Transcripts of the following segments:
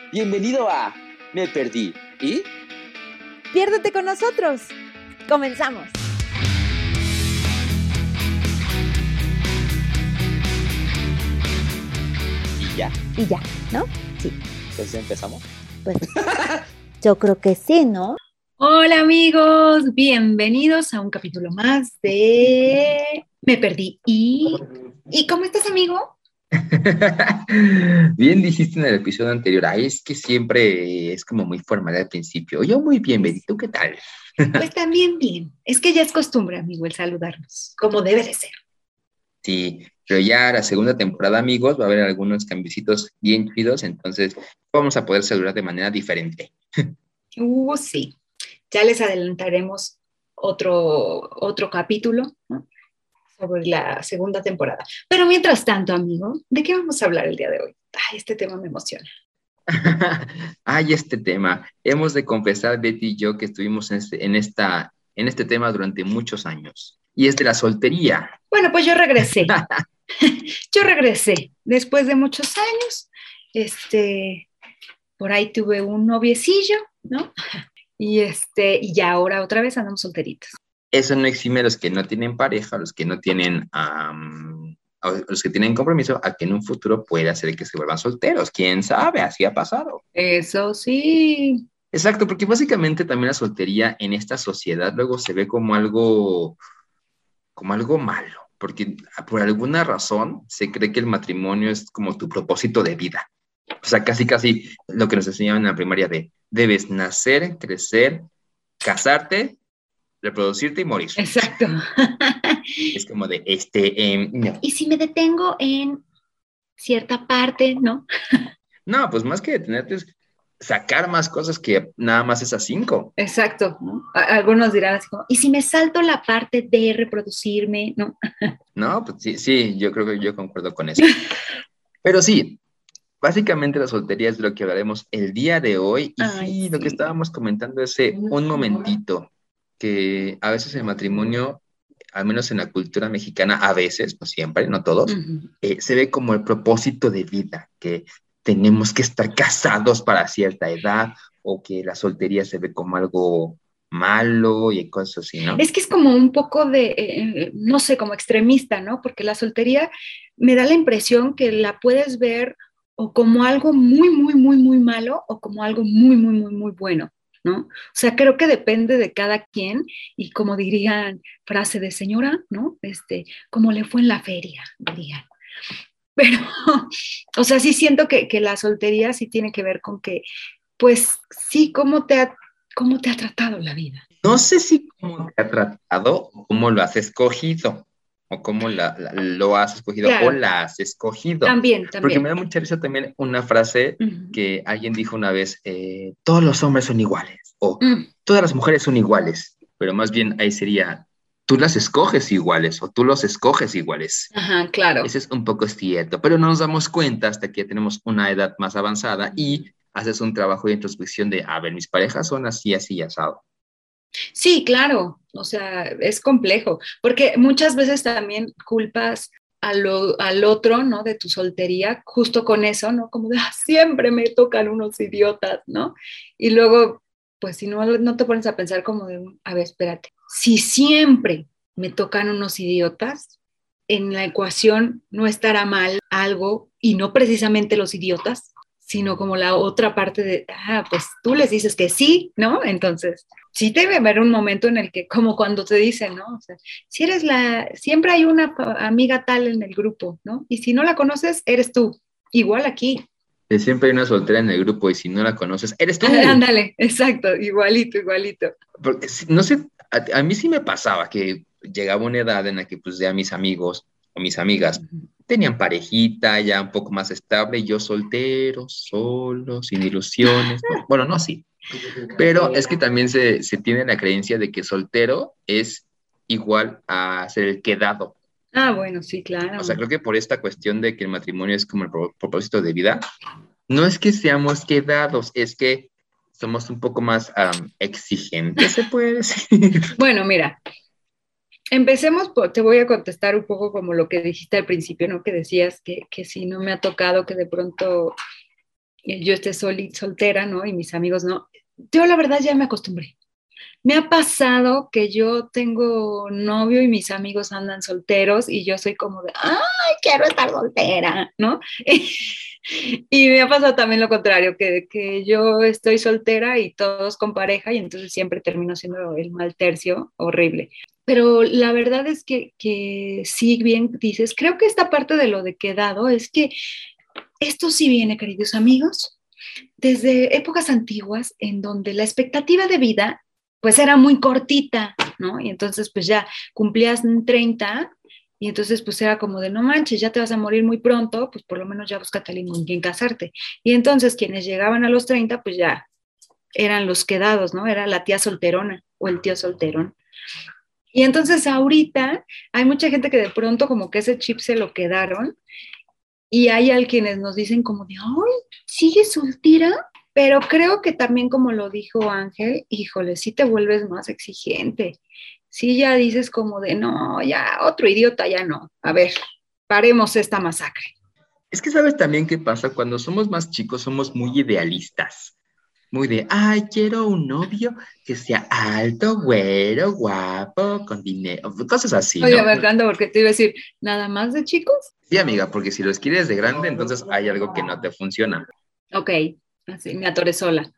Bienvenido a Me Perdí. ¿Y? Piérdete con nosotros. Comenzamos. Y ya, ¿no? Sí. Entonces empezamos. Pues yo creo que sí, ¿no? Hola amigos, bienvenidos a un capítulo más de Me Perdí. ¿Y cómo estás, amigo? Bien dijiste en el episodio anterior, es que siempre es como muy formal al principio. Yo muy bien, Betty, ¿tú qué tal? Pues también bien, es que ya es costumbre, amigo, el saludarnos, como debe de ser. Sí, pero ya la segunda temporada, amigos, va a haber algunos cambiecitos bien chidos, entonces vamos a poder saludar de manera diferente. Sí, ya les adelantaremos otro capítulo, ¿no?, sobre la segunda temporada. Pero mientras tanto, amigo, ¿de qué vamos a hablar el día de hoy? Este tema me emociona. Este tema. Hemos de confesar, Betty y yo, que estuvimos en este tema durante muchos años. Y es de la soltería. Bueno, pues yo regresé. Yo regresé después de muchos años. Por ahí tuve un noviecillo, ¿no? Y ya ahora otra vez andamos solteritos. Eso no exime a los que no tienen pareja, a los que no tienen, a los que tienen compromiso, a que en un futuro pueda ser que se vuelvan solteros. ¿Quién sabe? Así ha pasado. Eso sí. Exacto, porque básicamente también la soltería en esta sociedad luego se ve como algo malo, porque por alguna razón se cree que el matrimonio es como tu propósito de vida. O sea, casi lo que nos enseñaban en la primaria de debes nacer, crecer, casarte, reproducirte y morir. Exacto. Es como de, no. ¿Y si me detengo en cierta parte, no? No, pues más que detenerte es sacar más cosas que nada más esas 5. Exacto, ¿no? Algunos dirán así como, ¿y si me salto la parte de reproducirme, no? No, pues sí, yo creo que yo concuerdo con eso. Pero sí, básicamente la soltería es de lo que hablaremos el día de hoy. Y sí, lo que estábamos comentando hace un momentito, que a veces el matrimonio, al menos en la cultura mexicana, a veces, no siempre, no todos, se ve como el propósito de vida, que tenemos que estar casados para cierta edad, o que la soltería se ve como algo malo y cosas así, ¿no? Es que es como un poco de, no sé, como extremista, ¿no? Porque la soltería me da la impresión que la puedes ver o como algo muy, muy, muy, muy malo o como algo muy, muy, muy, muy bueno, ¿no? O sea, creo que depende de cada quien y como dirían, frase de señora, ¿no? Como le fue en la feria, dirían. Pero, o sea, sí siento que la soltería sí tiene que ver con que, pues, sí, cómo te ha tratado la vida. No sé si cómo te ha tratado o cómo lo has escogido, o cómo lo has escogido, claro, o la has escogido. También. Porque me da mucha risa también una frase que alguien dijo una vez, todos los hombres son iguales, o todas las mujeres son iguales, pero más bien ahí sería, tú las escoges iguales, o tú los escoges iguales. Ajá, claro. Ese es un poco cierto, pero no nos damos cuenta hasta que ya tenemos una edad más avanzada y haces un trabajo de introspección de, a ver, mis parejas son así, así y asado. Sí, claro, o sea, es complejo, porque muchas veces también culpas al otro, ¿no? De tu soltería, justo con eso, ¿no? Como de, siempre me tocan unos idiotas, ¿no? Y luego, pues si no te pones a pensar como de, a ver, espérate, si siempre me tocan unos idiotas, en la ecuación no estará mal algo y no precisamente los idiotas, sino como la otra parte de, pues tú les dices que sí, ¿no? Entonces, sí debe haber un momento en el que, como cuando te dicen, ¿no? O sea, si eres siempre hay una amiga tal en el grupo, ¿no? Y si no la conoces, eres tú. Igual aquí. Siempre hay una soltera en el grupo y si no la conoces, eres tú. Ándale, exacto, igualito. Porque, no sé, a mí sí me pasaba que llegaba una edad en la que pues ya mis amigos o mis amigas tenían parejita ya un poco más estable y yo soltero, solo, sin ilusiones. ¿No? Bueno, no así. Pero es que también se tiene la creencia de que soltero es igual a ser el quedado. Bueno, sí, claro. O sea, creo que por esta cuestión de que el matrimonio es como el propósito de vida, no es que seamos quedados, es que somos un poco más exigentes, se puede decir. Bueno, mira, empecemos, te voy a contestar un poco como lo que dijiste al principio, ¿no? Que decías que si no me ha tocado que de pronto yo esté soltera, ¿no? Y mis amigos no. Yo la verdad ya me acostumbré. Me ha pasado que yo tengo novio y mis amigos andan solteros y yo soy como de, ay, quiero estar soltera, ¿no? Y me ha pasado también lo contrario, que yo estoy soltera y todos con pareja y entonces siempre termino siendo el mal tercio, horrible. Pero la verdad es que sí, bien dices, creo que esta parte de lo de quedado es que esto sí viene, queridos amigos, desde épocas antiguas en donde la expectativa de vida pues era muy cortita, ¿no? Y entonces pues ya cumplías 30 y entonces pues era como de no manches, ya te vas a morir muy pronto, pues por lo menos ya búscate a alguien con quien casarte. Y entonces quienes llegaban a los 30 pues ya eran los quedados, ¿no? Era la tía solterona o el tío solterón. Y entonces ahorita hay mucha gente que de pronto como que ese chip se lo quedaron y hay a quienes nos dicen como de, ay, ¿sigue soltera? Pero creo que también como lo dijo Ángel, híjole, sí te vuelves más exigente. Sí ya dices como de, no, ya otro idiota, ya no. A ver, paremos esta masacre. Es que sabes también qué pasa, cuando somos más chicos somos muy idealistas. Muy de, ay, quiero un novio que sea alto, güero, guapo, con dinero, cosas así, Oye, ¿no? me encanta porque te iba a decir, ¿nada más de chicos? Sí, amiga, porque si los quieres de grande, entonces hay algo que no te funciona. Ok, así me atoré sola.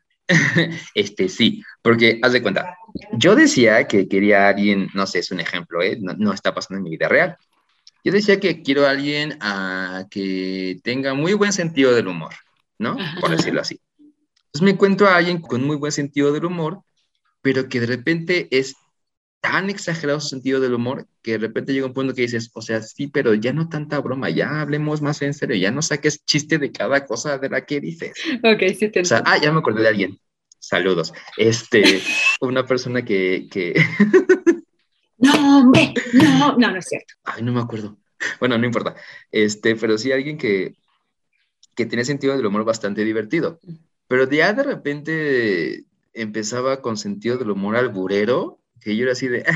Sí, porque haz de cuenta, yo decía que quería a alguien, no sé, es un ejemplo, ¿eh? No está pasando en mi vida real. Yo decía que quiero a alguien que tenga muy buen sentido del humor, ¿no? Por decirlo así. Entonces me encuentro a alguien con muy buen sentido del humor, pero que de repente es tan exagerado su sentido del humor que de repente llega un punto que dices, o sea, sí, pero ya no tanta broma, ya hablemos más en serio, ya no saques chiste de cada cosa de la que dices. Ok, sí te O sea, entiendo. ya me acordé de alguien. Saludos. Una persona que... No, hombre, no, no, no es cierto. Ay, no me acuerdo. Bueno, no importa. Pero sí alguien que tiene sentido del humor bastante divertido. Pero ya de repente empezaba con sentido del humor alburero, que yo era así de,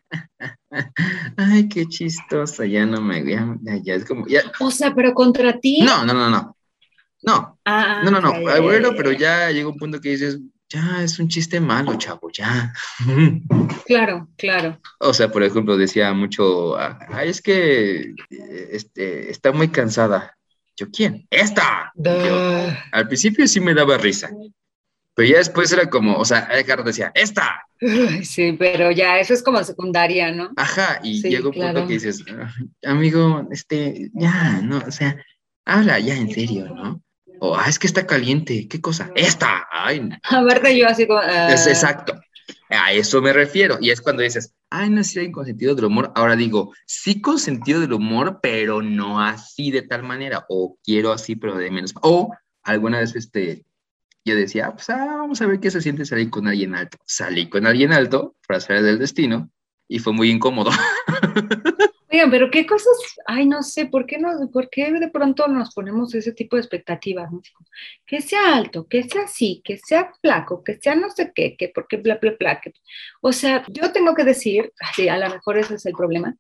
ay, qué chistosa, ya no me, ya es como, ya. O sea, pero contra ti. No, no, no, no, no, Ah, no, no, no, ya, alburero, ya, pero ya. ya llega un punto que dices, ya es un chiste malo, chavo, ya. Claro, claro. O sea, por ejemplo, decía mucho, ay, es que está muy cansada. Yo, ¿quién? ¡Esta! Y yo, Duh. al principio sí me daba risa, pero ya después era como, o sea, Edgar decía, ¡esta! Uy, sí, pero ya eso es como secundaria, ¿no? Ajá, y Sí, llega un punto claro. que dices, amigo, ya, no, o sea, habla ya en serio, ¿no? O, es que está caliente, ¿qué cosa? ¡Esta! Ay, Aparte yo así como, es exacto. A eso me refiero. Y es cuando dices, ay, no sé, con sentido del humor. Ahora digo, sí con sentido del humor, pero no así de tal manera. O quiero así, pero de menos. O alguna vez yo decía, pues vamos a ver qué se siente salir con alguien alto. Salí con alguien alto, frase del destino, y fue muy incómodo. oigan, pero qué cosas, ay, no sé, por qué de pronto nos ponemos ese tipo de expectativas, ¿no? Así como, que sea alto, que sea así, que sea flaco, que sea no sé qué, que porque bla, bla, bla. O sea, yo tengo que decir, así, a lo mejor ese es el problema,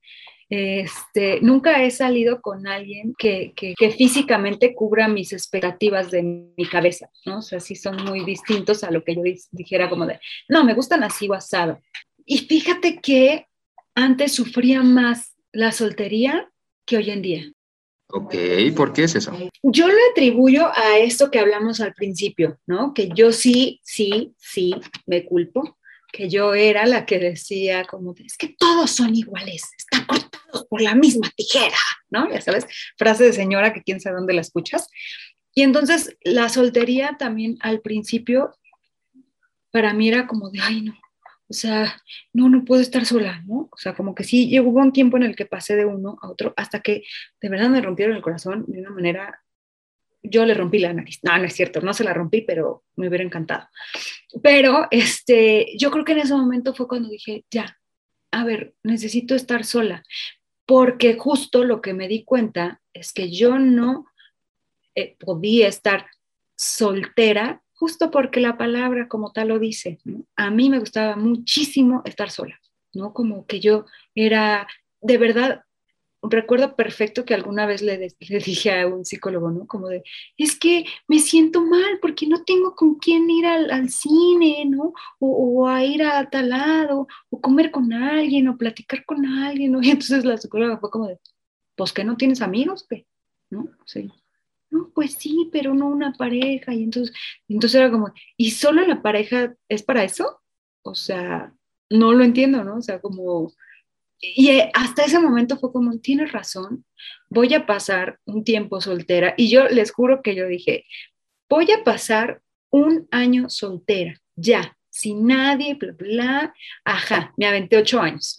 nunca he salido con alguien que físicamente cubra mis expectativas de mi cabeza, ¿no? O sea, sí son muy distintos a lo que yo dijera como de, no, me gustan así o asado. Y fíjate que antes sufría más la soltería que hoy en día. Ok, ¿por qué es eso? Yo lo atribuyo a esto que hablamos al principio, ¿no? Que yo sí me culpo, que yo era la que decía como, es que todos son iguales, están cortados por la misma tijera, ¿no? Ya sabes, frase de señora que quién sabe dónde la escuchas. Y entonces la soltería también al principio para mí era como de, ay, no, o sea, no puedo estar sola, ¿no? O sea, como que sí, hubo un tiempo en el que pasé de uno a otro hasta que de verdad me rompieron el corazón de una manera, yo le rompí la nariz. No, no es cierto, no se la rompí, pero me hubiera encantado. Pero yo creo que en ese momento fue cuando dije, ya, a ver, necesito estar sola, porque justo lo que me di cuenta es que yo no podía estar soltera justo porque la palabra como tal lo dice, ¿no? A mí me gustaba muchísimo estar sola, ¿no? Como que yo era, de verdad, recuerdo perfecto que alguna vez le dije a un psicólogo, ¿no? Como de, es que me siento mal porque no tengo con quién ir al cine, ¿no? O a ir a tal lado, o comer con alguien, o platicar con alguien, ¿no? Y entonces la psicóloga fue como de, pues, ¿que no tienes amigos? ¿Qué? ¿No? Sí. No, pues sí, pero no una pareja. Y entonces era como, ¿y solo la pareja es para eso? O sea, no lo entiendo, ¿no? O sea, como... Y hasta ese momento fue como, tienes razón, voy a pasar un tiempo soltera. Y yo les juro que yo dije, voy a pasar un año soltera, ya, sin nadie, bla, bla. Ajá, me aventé 8 años.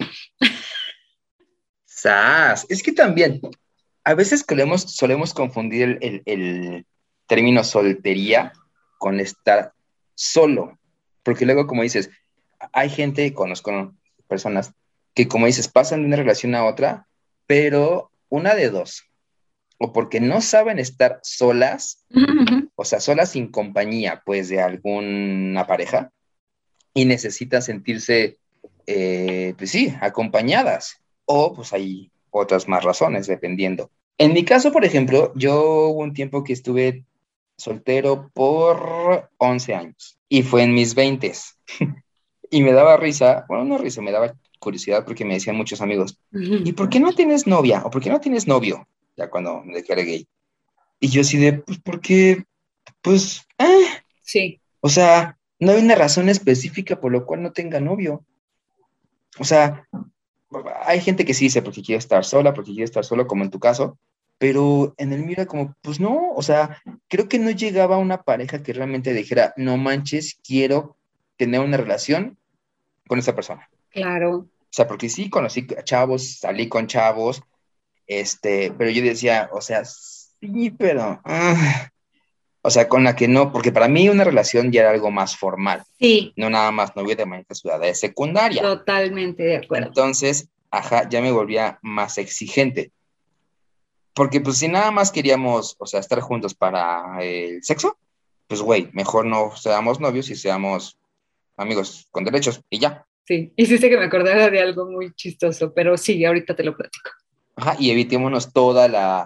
¡Sas! Es que también, a veces solemos confundir el término soltería con estar solo. Porque luego, como dices, hay gente, conozco personas que, como dices, pasan de una relación a otra, pero una de dos, o porque no saben estar solas, o sea, solas sin compañía, pues, de alguna pareja, y necesitan sentirse, pues sí, acompañadas, o pues hay otras más razones, dependiendo. En mi caso, por ejemplo, yo hubo un tiempo que estuve soltero por 11 años, y fue en mis 20s. Y me daba risa, bueno, no risa, me daba curiosidad porque me decían muchos amigos, ¿y por qué no tienes novia? ¿O por qué no tienes novio? Ya cuando me declaré gay. Y yo así de, pues porque, pues, Sí. o sea, no hay una razón específica por la cual no tenga novio. O sea, hay gente que sí dice porque quiere estar sola, porque quiere estar solo, como en tu caso, pero en el mío era como, pues no, o sea, creo que no llegaba una pareja que realmente dijera, no manches, quiero tener una relación con esa persona. Claro. O sea, porque sí conocí a chavos, salí con chavos, pero yo decía, o sea, sí, pero, o sea, con la que no, porque para mí una relación ya era algo más formal. Sí. No nada más novio de manita sudada de secundaria. Totalmente de acuerdo. Entonces, ajá, ya me volvía más exigente. Porque pues si nada más queríamos, o sea, estar juntos para el sexo, pues güey, mejor no seamos novios y seamos amigos con derechos y ya. Sí, hiciste que me acordara de algo muy chistoso, pero sí, ahorita te lo platico. Ajá, y evitémonos toda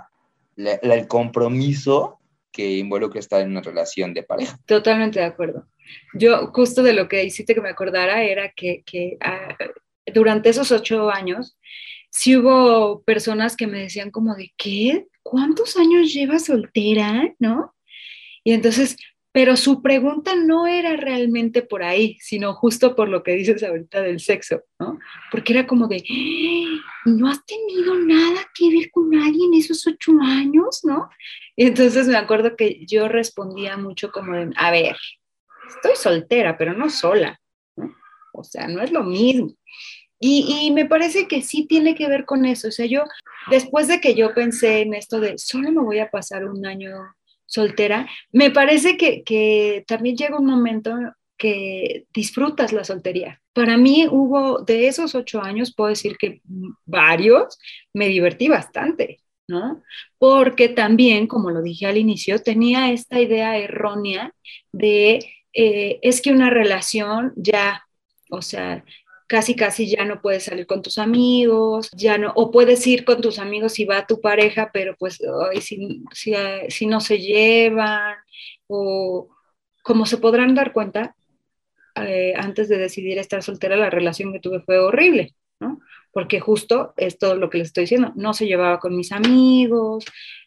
el compromiso que involucra estar en una relación de pareja. Totalmente de acuerdo. Yo justo de lo que hiciste que me acordara era que durante esos 8 años sí hubo personas que me decían como de, ¿qué? ¿Cuántos años llevas soltera? ¿No? Y entonces, pero su pregunta no era realmente por ahí, sino justo por lo que dices ahorita del sexo, ¿no? Porque era como de, ¿no has tenido nada que ver con alguien esos 8 años, no? Y entonces me acuerdo que yo respondía mucho como de, a ver, estoy soltera, pero no sola, ¿no? O sea, no es lo mismo. Y me parece que sí tiene que ver con eso. O sea, yo, después de que yo pensé en esto de solo me voy a pasar un año soltera, me parece que también llega un momento que disfrutas la soltería. Para mí hubo, de esos 8 años, puedo decir que varios, me divertí bastante, ¿no? Porque también, como lo dije al inicio, tenía esta idea errónea de, es que una relación ya, o sea, casi casi ya no puedes salir con tus amigos, ya no, o puedes ir con tus amigos si va tu pareja, pero pues ay, si no se llevan, o como se podrán dar cuenta, antes de decidir estar soltera, la relación que tuve fue horrible, ¿no? Porque justo es todo lo que les estoy diciendo, no se llevaba con mis amigos,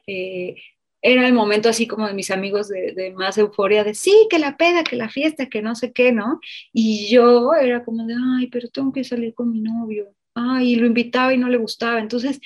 era el momento así como de mis amigos de más euforia, de sí, que la peda, que la fiesta, que no sé qué, ¿no? Y yo era como de, ay, pero tengo que salir con mi novio, ay, y lo invitaba y no le gustaba. Entonces,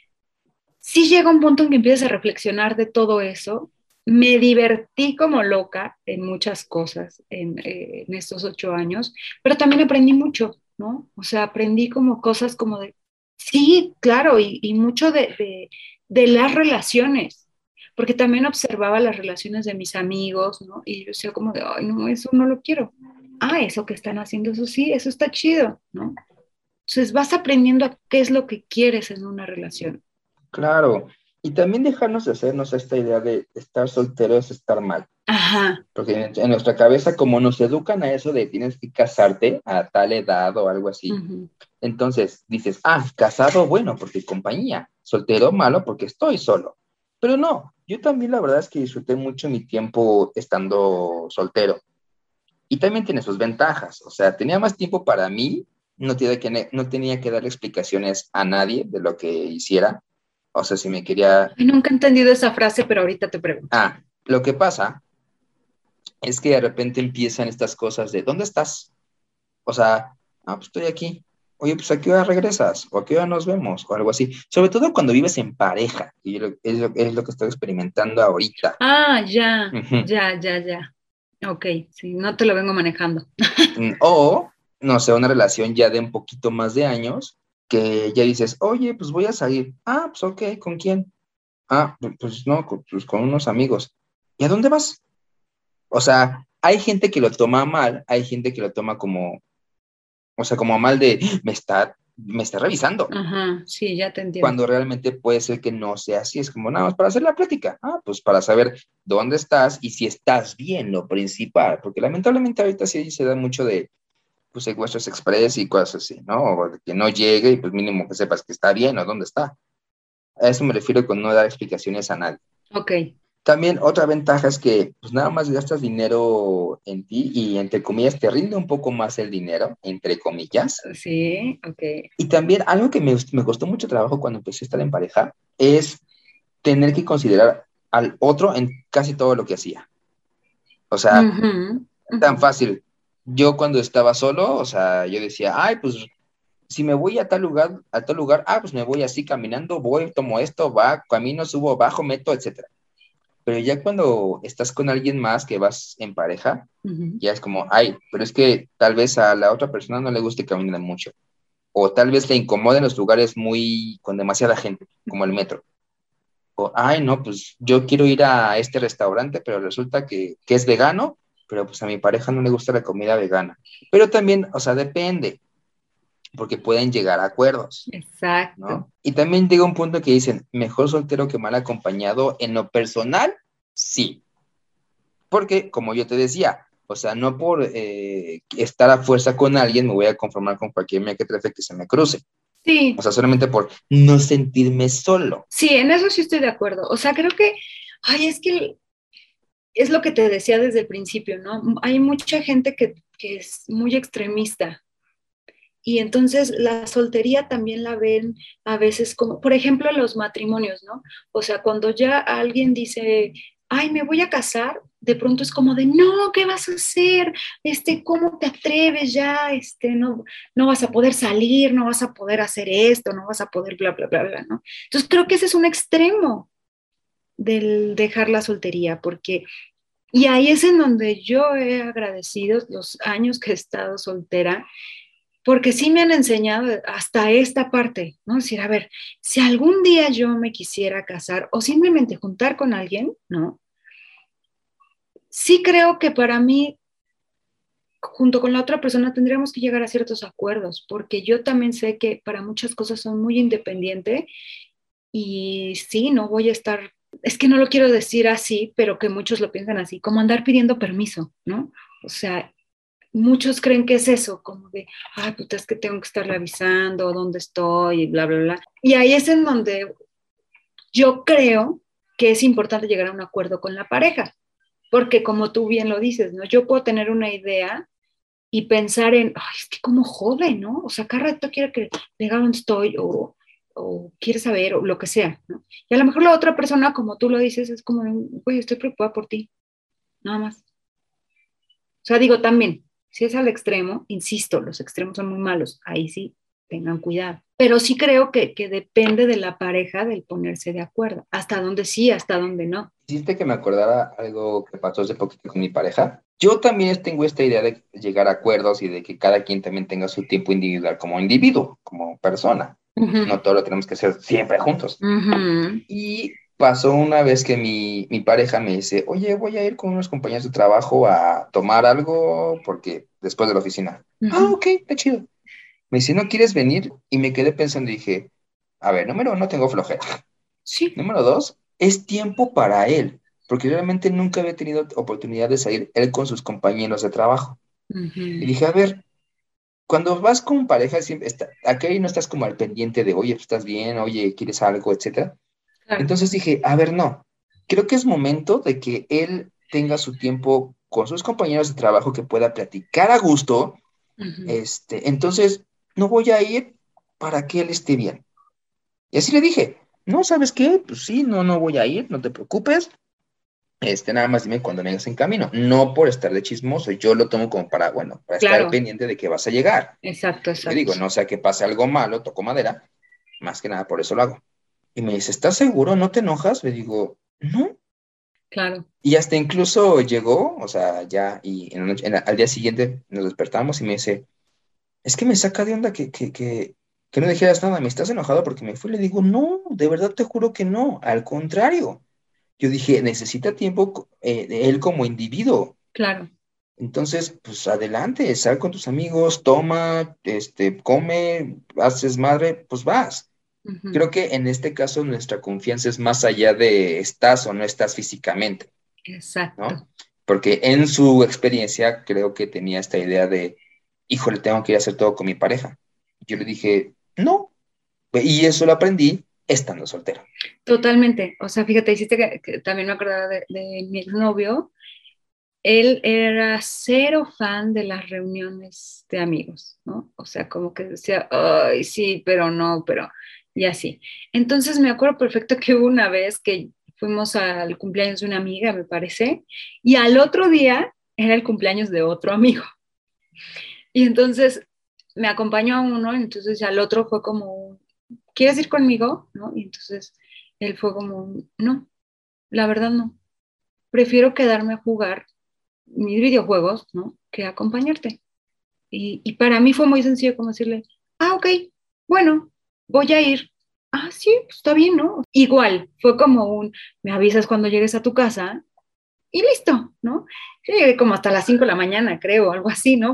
sí llega un punto en que empiezas a reflexionar de todo eso. Me divertí como loca en muchas cosas en estos 8 años, pero también aprendí mucho, ¿no? O sea, aprendí como cosas como de, sí, claro, y mucho de las relaciones, porque también observaba las relaciones de mis amigos, ¿no? Y yo decía como de, ay, no, eso no lo quiero. Ah, eso que están haciendo, eso sí, eso está chido, ¿no? Entonces vas aprendiendo a qué es lo que quieres en una relación. Claro, y también dejarnos de hacernos esta idea de estar soltero es estar mal. Ajá. Porque en nuestra cabeza, como nos educan a eso de tienes que casarte a tal edad o algo así, Entonces dices, casado, bueno, porque compañía, soltero, malo, porque estoy solo. Pero no, yo también la verdad es que disfruté mucho mi tiempo estando soltero. Y también tiene sus ventajas, o sea, tenía más tiempo para mí, no tenía que darle explicaciones a nadie de lo que hiciera. O sea, si me quería... Ay, nunca he entendido esa frase, pero ahorita te pregunto. Lo que pasa es que de repente empiezan estas cosas de, ¿dónde estás? O sea, pues estoy aquí. Oye, pues ¿a qué hora regresas? ¿O a qué hora nos vemos? O algo así. Sobre todo cuando vives en pareja, y es lo que estoy experimentando ahorita. Ya, uh-huh. Ya. Ok, sí, no te lo vengo manejando. O, no sé, una relación ya de un poquito más de años, que ya dices, oye, pues voy a salir. Pues ok, ¿con quién? Pues no, pues con unos amigos. ¿Y a dónde vas? O sea, hay gente que lo toma mal, hay gente que lo toma como, o sea, como mal de, me está revisando. Ajá, sí, ya te entiendo. Cuando realmente puede ser que no sea así, es como nada más para hacer la plática. Pues para saber dónde estás y si estás bien, lo principal, porque lamentablemente ahorita sí se da mucho de, pues, secuestros express y cosas así, ¿no? O de que no llegue y pues mínimo que sepas que está bien o dónde está. A eso me refiero con no dar explicaciones a nadie. Ok. También otra ventaja es que pues nada más gastas dinero en ti y entre comillas te rinde un poco más el dinero, entre comillas. Sí, ok. Y también algo que me costó mucho trabajo cuando empecé a estar en pareja es tener que considerar al otro en casi todo lo que hacía. O sea, tan fácil. Yo cuando estaba solo, o sea, yo decía, pues si me voy a tal lugar, pues me voy así caminando, voy, tomo esto, camino, subo, bajo, meto, etcétera. Pero ya cuando estás con alguien más que vas en pareja, ya es como, pero es que tal vez a la otra persona no le guste caminar mucho. O tal vez le incomoden los lugares con demasiada gente, como el metro. O, no, pues yo quiero ir a este restaurante, pero resulta que es vegano, pero pues a mi pareja no le gusta la comida vegana. Pero también, o sea, depende, porque pueden llegar a acuerdos. Exacto. ¿No? Y también llega un punto que dicen, mejor soltero que mal acompañado. En lo personal, sí. Porque, como yo te decía, o sea, no por estar a fuerza con alguien me voy a conformar con cualquier mequetrefe que se me cruce. Sí. O sea, solamente por no sentirme solo. Sí, en eso sí estoy de acuerdo. O sea, creo que, es que es lo que te decía desde el principio, ¿no? Hay mucha gente que es muy extremista. Y entonces la soltería también la ven a veces como, por ejemplo, los matrimonios, ¿no? O sea, cuando ya alguien dice, me voy a casar, de pronto es como de, no, ¿qué vas a hacer? ¿Cómo te atreves ya? No vas a poder salir, no vas a poder hacer esto, no vas a poder bla, bla, bla, bla, ¿no? Entonces creo que ese es un extremo del dejar la soltería, porque, y ahí es en donde yo he agradecido los años que he estado soltera, porque sí me han enseñado hasta esta parte, ¿no? Es decir, a ver, si algún día yo me quisiera casar o simplemente juntar con alguien, ¿no? Sí creo que para mí, junto con la otra persona, tendríamos que llegar a ciertos acuerdos, porque yo también sé que para muchas cosas soy muy independiente y sí, no voy a estar, es que no lo quiero decir así, pero que muchos lo piensan así, como andar pidiendo permiso, ¿no? O sea, muchos creen que es eso, como de, puta, es que tengo que estarle avisando dónde estoy y bla, bla, bla. Y ahí es en donde yo creo que es importante llegar a un acuerdo con la pareja, porque como tú bien lo dices, ¿no? Yo puedo tener una idea y pensar en, es que como jode, ¿no? O sea, cada rato quiere que diga dónde estoy o quiere saber o lo que sea, ¿no? Y a lo mejor la otra persona, como tú lo dices, es como, güey, estoy preocupada por ti, nada más. O sea, digo, también, si es al extremo, insisto, los extremos son muy malos, ahí sí, tengan cuidado. Pero sí creo que depende de la pareja del ponerse de acuerdo, hasta dónde sí, hasta dónde no. Hiciste que me acordara algo que pasó hace poquito con mi pareja. Yo también tengo esta idea de llegar a acuerdos y de que cada quien también tenga su tiempo individual como individuo, como persona. Uh-huh. No todo lo tenemos que hacer siempre juntos. Uh-huh. Y pasó una vez que mi pareja me dice, oye, voy a ir con unos compañeros de trabajo a tomar algo porque después de la oficina. Uh-huh. Ok, está chido. Me dice, ¿no quieres venir? Y me quedé pensando y dije, a ver, número 1, tengo flojera. Sí. Número 2, es tiempo para él, porque realmente nunca había tenido oportunidad de salir él con sus compañeros de trabajo. Uh-huh. Y dije, a ver, cuando vas con pareja, siempre aquí no estás como al pendiente de, oye, ¿estás bien? Oye, ¿quieres algo? Etcétera. Claro. Entonces dije, a ver, no, creo que es momento de que él tenga su tiempo con sus compañeros de trabajo, que pueda platicar a gusto. Ujú. Entonces, no voy a ir para que él esté bien. Y así le dije, no, ¿sabes qué? Pues sí, no voy a ir, no te preocupes. Nada más dime cuando vengas en camino. No por estar de chismoso, yo lo tomo como para, bueno, para estar Claro, pendiente de que vas a llegar. exacto, Porque digo, exacto. no sea que pase algo malo, toco madera, más que nada por eso lo hago. Y me dice, ¿estás seguro? ¿No te enojas? Le digo, no. Claro. Y hasta incluso llegó, o sea, ya, y al día siguiente nos despertamos y me dice, es que me saca de onda que no dijeras nada, ¿me estás enojado porque me fui? Le digo, no, de verdad te juro que no, al contrario. Yo dije, necesita tiempo de él como individuo. Claro. Entonces, pues adelante, sal con tus amigos, toma, come, haces madre, pues vas. Ujú. Creo que en este caso nuestra confianza es más allá de estás o no estás físicamente, ¿no? Exacto. Porque en su experiencia creo que tenía esta idea de, híjole, tengo que ir a hacer todo con mi pareja. Yo le dije, no, y eso lo aprendí estando soltero. Totalmente. O sea, fíjate, hiciste que también me acordaba de mi exnovio. Él era cero fan de las reuniones de amigos, ¿no? O sea, como que decía, ay, sí, pero no, pero, y así. Entonces me acuerdo perfecto que hubo una vez que fuimos al cumpleaños de una amiga, me parece, y al otro día era el cumpleaños de otro amigo. Y entonces me acompañó a uno, entonces ya el otro fue como, ¿quieres ir conmigo? ¿No? Y entonces él fue como, no, la verdad no, prefiero quedarme a jugar mis videojuegos, ¿no? Que acompañarte. Y para mí fue muy sencillo como decirle, ah, ok, bueno, voy a ir. Ah, sí, pues está bien, ¿no? Igual, fue como me avisas cuando llegues a tu casa y listo, ¿no? Yo llegué como hasta las 5 de la mañana, creo, algo así, ¿no?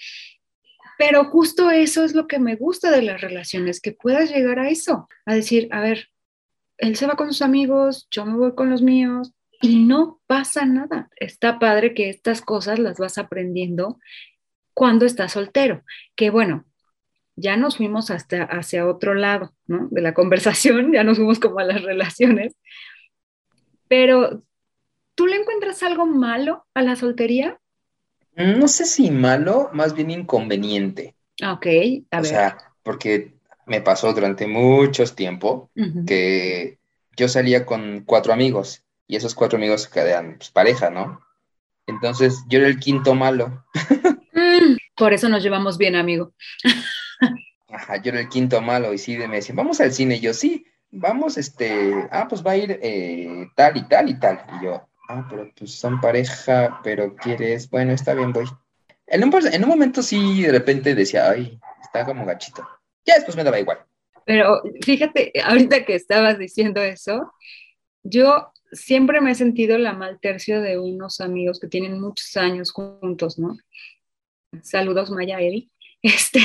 Pero justo eso es lo que me gusta de las relaciones, que puedas llegar a eso, a decir, a ver, él se va con sus amigos, yo me voy con los míos y no pasa nada. Está padre que estas cosas las vas aprendiendo cuando estás soltero, que bueno, ya nos fuimos hasta hacia otro lado, ¿no? De la conversación, ya nos fuimos como a las relaciones, pero ¿tú le encuentras algo malo a la soltería? No sé si malo, más bien inconveniente. Ah, ok, a O ver. sea, porque me pasó durante mucho tiempo Ujú. que yo salía con 4 amigos y esos 4 amigos eran pues, pareja, ¿no? Entonces yo era el quinto malo. Por eso nos llevamos bien, amigo. Ajá, yo era el quinto malo y sí, me decían, vamos al cine. Y yo, sí, vamos, pues va a ir tal y tal y tal. Y yo, pero pues son pareja, pero quieres, bueno, está bien, voy. En un momento sí, de repente decía, ay, está como gachito. Ya después me daba igual. Pero fíjate, ahorita que estabas diciendo eso, yo siempre me he sentido la mal tercio de unos amigos que tienen muchos años juntos, ¿no? Saludos, Maya, Eri. Este,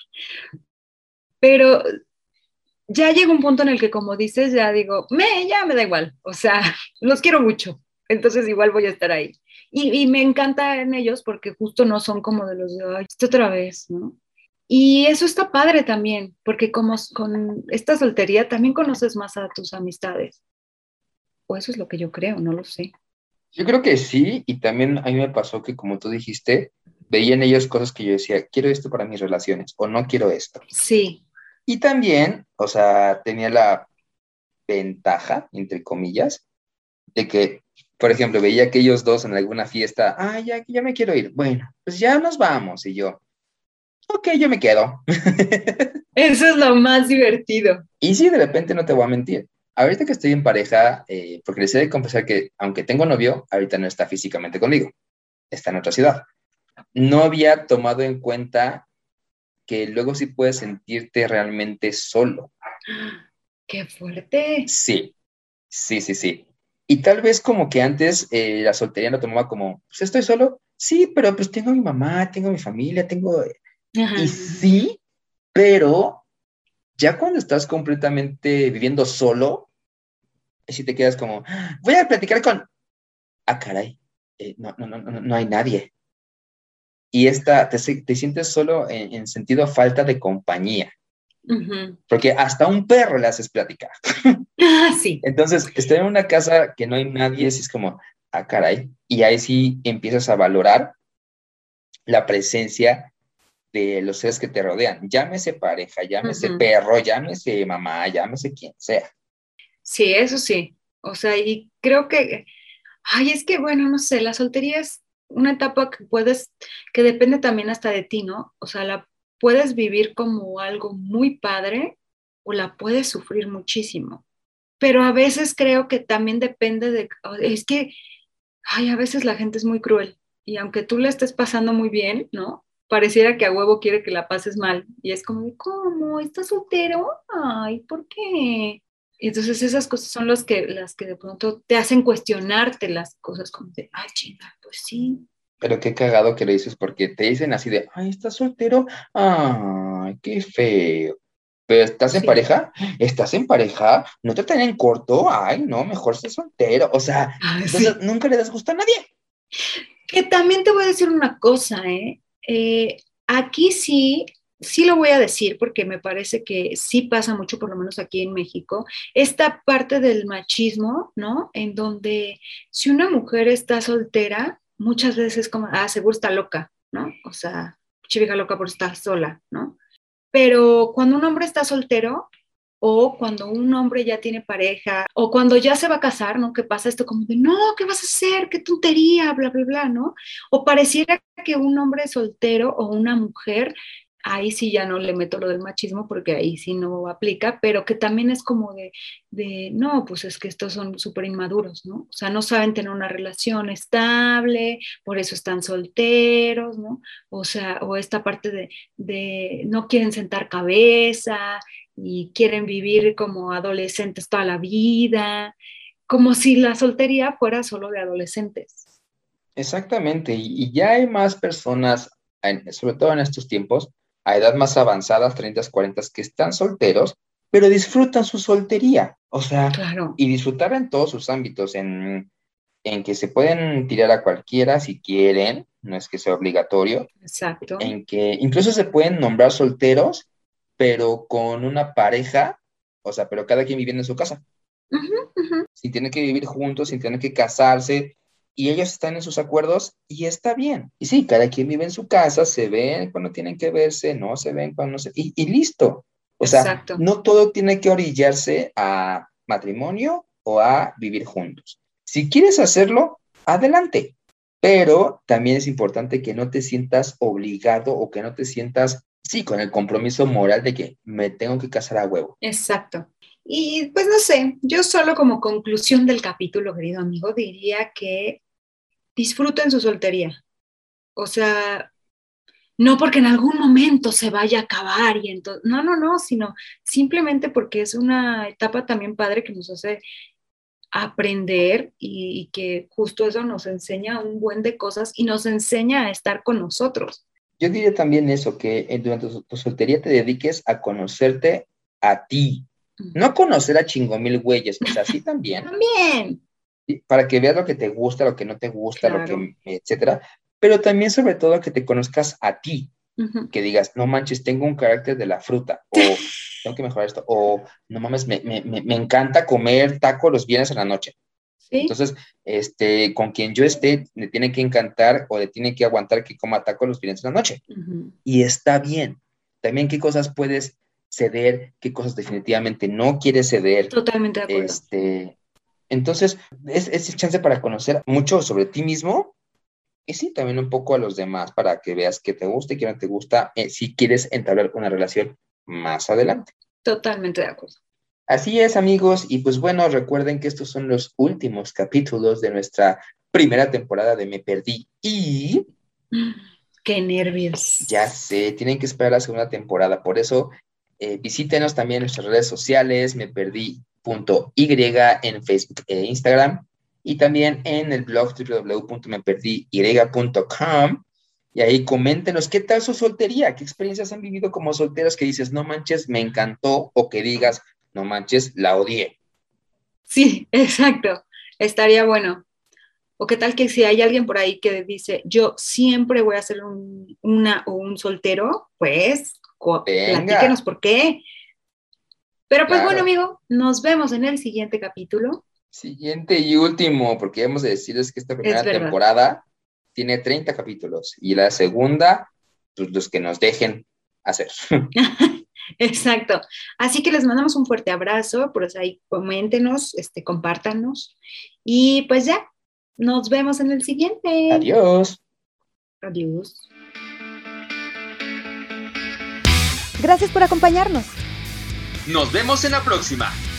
pero ya llega un punto en el que, como dices, ya digo, ya me da igual, o sea, los quiero mucho, entonces igual voy a estar ahí. Y me encanta en ellos porque justo no son como de los de, ay, esto otra vez, ¿no? Y eso está padre también, porque como con esta soltería también conoces más a tus amistades, o eso es lo que yo creo, no lo sé. Yo creo que sí, y también a mí me pasó que, como tú dijiste, veía en ellos cosas que yo decía, quiero esto para mis relaciones, o no quiero esto. Sí, Y también, o sea, tenía la ventaja, entre comillas, de que, por ejemplo, veía que ellos dos en alguna fiesta, ya me quiero ir. Bueno, pues ya nos vamos. Y yo, ok, yo me quedo. eso es lo más divertido. Y sí, de repente no te voy a mentir. Ahorita que estoy en pareja, porque les he de confesar que, aunque tengo novio, ahorita no está físicamente conmigo, está en otra ciudad. No había tomado en cuenta que luego sí puedes sentirte realmente solo. ¡Qué fuerte! Sí, sí. Y tal vez como que antes la soltería lo tomaba como, pues estoy solo, sí, pero pues tengo a mi mamá, tengo a mi familia, tengo... Ajá. Y sí, pero ya cuando estás completamente viviendo solo, si te quedas como, voy a platicar con... Ah, caray, no hay nadie. y te sientes solo en sentido falta de compañía. Porque hasta a un perro le haces platicar. Sí. Entonces, estar en una casa que no hay nadie, sí es como, caray, y ahí sí empiezas a valorar la presencia de los seres que te rodean, llámese pareja, llámese perro, llámese mamá, llámese quien sea. Sí, eso sí. O sea, y creo que, es que bueno, no sé, la soltería es una etapa que depende también hasta de ti, ¿no? O sea, la puedes vivir como algo muy padre o la puedes sufrir muchísimo. Pero a veces creo que también depende es que, a veces la gente es muy cruel y aunque tú le estés pasando muy bien, ¿no? Pareciera que a huevo quiere que la pases mal y es como, ¿cómo? ¿Estás soltero? Ay, ¿por qué? Y entonces esas cosas son las que de pronto te hacen cuestionarte las cosas como de, chinga, pues sí. Pero qué cagado que lo dices, porque te dicen así de, ¿estás soltero? Ay, qué feo. Pero ¿estás en pareja? ¿Estás en pareja? ¿No te tienen corto? Ay, no, mejor ser soltero. O sea, entonces nunca le das gusto a nadie. Que también te voy a decir una cosa, aquí sí lo voy a decir porque me parece que sí pasa mucho, por lo menos aquí en México, esta parte del machismo, ¿no? En donde si una mujer está soltera, muchas veces es como, seguro está loca, ¿no? O sea, chivica loca por estar sola, ¿no? Pero cuando un hombre está soltero, o cuando un hombre ya tiene pareja, o cuando ya se va a casar, ¿no? Que pasa esto como de, no, ¿qué vas a hacer? ¡Qué tontería! Bla, bla, bla, ¿no? O pareciera que un hombre soltero o una mujer, ahí sí ya no le meto lo del machismo porque ahí sí no aplica, pero que también es como no, pues es que estos son súper inmaduros, ¿no? O sea, no saben tener una relación estable, por eso están solteros, ¿no? O sea, o esta parte de no quieren sentar cabeza y quieren vivir como adolescentes toda la vida, como si la soltería fuera solo de adolescentes. Exactamente, y ya hay más personas, sobre todo en estos tiempos, a edad más avanzada, 30, 40, que están solteros, pero disfrutan su soltería, o sea, claro. Y disfrutar en todos sus ámbitos, en que se pueden tirar a cualquiera si quieren, no es que sea obligatorio. Exacto. En que incluso se pueden nombrar solteros, pero con una pareja, o sea, pero cada quien viviendo en su casa. Sin tener que vivir juntos, sin tener que casarse, y ellos están en sus acuerdos y está bien. Y sí, cada quien vive en su casa, se ven cuando tienen que verse, no se ven cuando no se... Y listo. O sea, Exacto. No todo tiene que orillarse a matrimonio o a vivir juntos. Si quieres hacerlo, adelante. Pero también es importante que no te sientas obligado o que no te sientas, con el compromiso moral de que me tengo que casar a huevo. Exacto. Y pues no sé, yo solo como conclusión del capítulo, querido amigo, diría que disfruten su soltería. O sea, no porque en algún momento se vaya a acabar y entonces, no, sino simplemente porque es una etapa también padre que nos hace aprender y que justo eso nos enseña un buen de cosas y nos enseña a estar con nosotros. Yo diría también eso, que durante tu soltería te dediques a conocerte a ti, no a conocer a chingomil güeyes, o sea, sí también. También. Para que veas lo que te gusta, lo que no te gusta, claro. etcétera, pero también sobre todo que te conozcas a ti, que digas, no manches, tengo un carácter de la fruta, o tengo que mejorar esto, o no mames, me encanta comer taco los viernes en la noche. ¿Sí? Entonces, con quien yo esté, le tiene que encantar o le tiene que aguantar que coma taco los viernes en la noche. Y está bien. También qué cosas puedes ceder, qué cosas definitivamente no quieres ceder. Totalmente de acuerdo. Entonces, es chance para conocer mucho sobre ti mismo y sí, también un poco a los demás para que veas qué te gusta y qué no te gusta si quieres entablar una relación más adelante. Totalmente de acuerdo. Así es, amigos, y pues bueno, recuerden que estos son los últimos capítulos de nuestra primera temporada de Me Perdí y... ¡Qué nervios! Ya sé, tienen que esperar la segunda temporada, por eso visítenos también en nuestras redes sociales, meperdí.y en Facebook e Instagram, y también en el blog www.meperdí.com, y ahí coméntenos qué tal su soltería, qué experiencias han vivido como solteros que dices, no manches, me encantó, o que digas, no manches, la odié. Sí, exacto. Estaría bueno. O qué tal que si hay alguien por ahí que dice, yo siempre voy a ser un soltero, pues platíquenos por qué. Pero pues bueno, amigo, nos vemos en el siguiente capítulo. Siguiente y último, porque hemos de decirles que esta primera temporada tiene 30 capítulos y la segunda, pues los que nos dejen hacer. Exacto. Así que les mandamos un fuerte abrazo, por ahí coméntenos, compártanos y pues ya, nos vemos en el siguiente. Adiós. Adiós. Gracias por acompañarnos. Nos vemos en la próxima.